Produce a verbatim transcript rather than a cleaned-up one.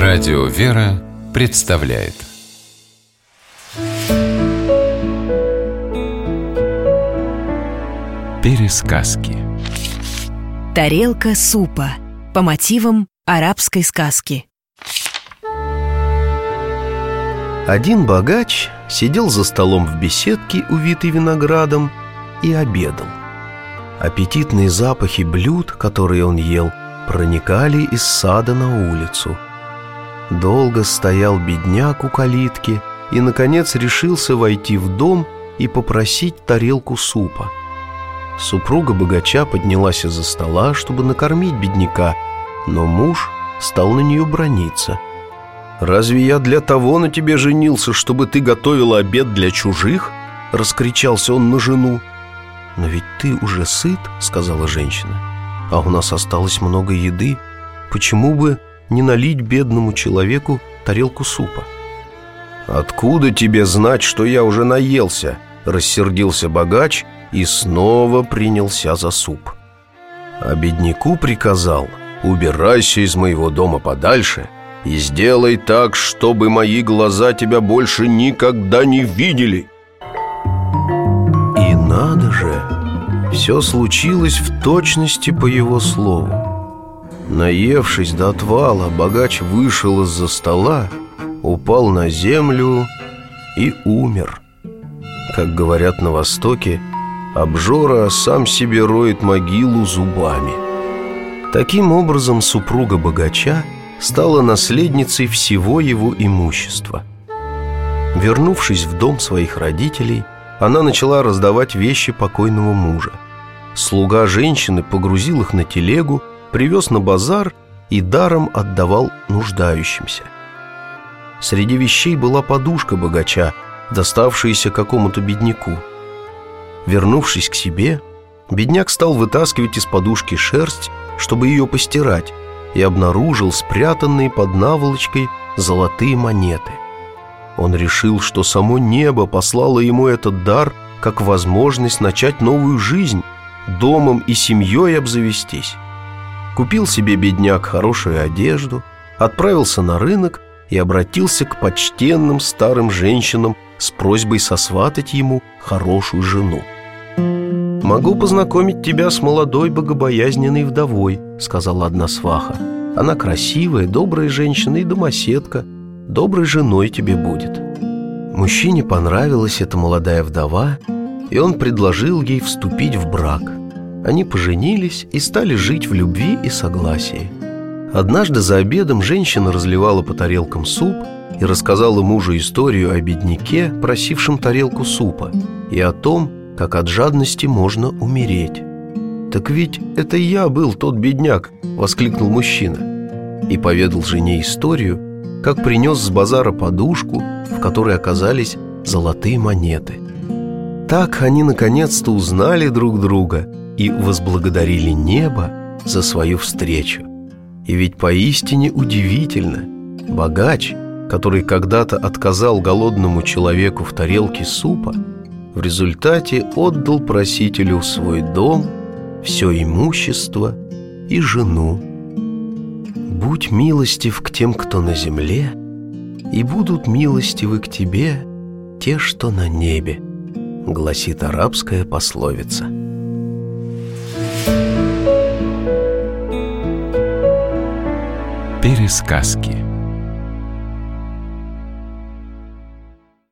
Радио «Вера» представляет Пересказки. Тарелка супа по мотивам арабской сказки. Один богач сидел за столом в беседке, увитой виноградом, и обедал. Аппетитные запахи блюд, которые он ел, проникали из сада на улицу. Долго стоял бедняк у калитки и, наконец, решился войти в дом и попросить тарелку супа. Супруга богача поднялась из-за стола, чтобы накормить бедняка, но муж стал на нее браниться. «Разве я для того на тебе женился, чтобы ты готовила обед для чужих?» — раскричался он на жену. «Но ведь ты уже сыт», — сказала женщина, — «а у нас осталось много еды. Почему бы не налить бедному человеку тарелку супа?» «Откуда тебе знать, что я уже наелся?» — рассердился богач и снова принялся за суп. А бедняку приказал: «Убирайся из моего дома подальше и сделай так, чтобы мои глаза тебя больше никогда не видели». И надо же, все случилось в точности по его слову. Наевшись до отвала, богач вышел из-за стола, упал на землю и умер. Как говорят на Востоке, обжора сам себе роет могилу зубами. Таким образом, супруга богача стала наследницей всего его имущества. Вернувшись в дом своих родителей, она начала раздавать вещи покойного мужа. Слуга женщины погрузил их на телегу, привез на базар и даром отдавал нуждающимся. Среди вещей была подушка богача, доставшаяся какому-то бедняку. Вернувшись к себе, бедняк стал вытаскивать из подушки шерсть, чтобы ее постирать, и обнаружил спрятанные под наволочкой золотые монеты. Он решил, что само небо послало ему этот дар как возможность начать новую жизнь, домом и семьей обзавестись. Купил себе бедняк хорошую одежду, отправился на рынок и обратился к почтенным старым женщинам с просьбой сосватать ему хорошую жену. «Могу познакомить тебя с молодой богобоязненной вдовой», — сказала одна сваха. «Она красивая, добрая женщина и домоседка. Доброй женой тебе будет». Мужчине понравилась эта молодая вдова, и он предложил ей вступить в брак. Они поженились и стали жить в любви и согласии. Однажды за обедом женщина разливала по тарелкам суп и рассказала мужу историю о бедняке, просившем тарелку супа, и о том, как от жадности можно умереть. «Так ведь это я был тот бедняк!» — воскликнул мужчина и поведал жене историю, как принес с базара подушку, в которой оказались золотые монеты. Так они наконец-то узнали друг друга и возблагодарили небо за свою встречу. И ведь поистине удивительно, богач, который когда-то отказал голодному человеку в тарелке супа, в результате отдал просителю свой дом, все имущество и жену. «Будь милостив к тем, кто на земле, и будут милостивы к тебе те, что на небе», гласит арабская пословица. Пересказки.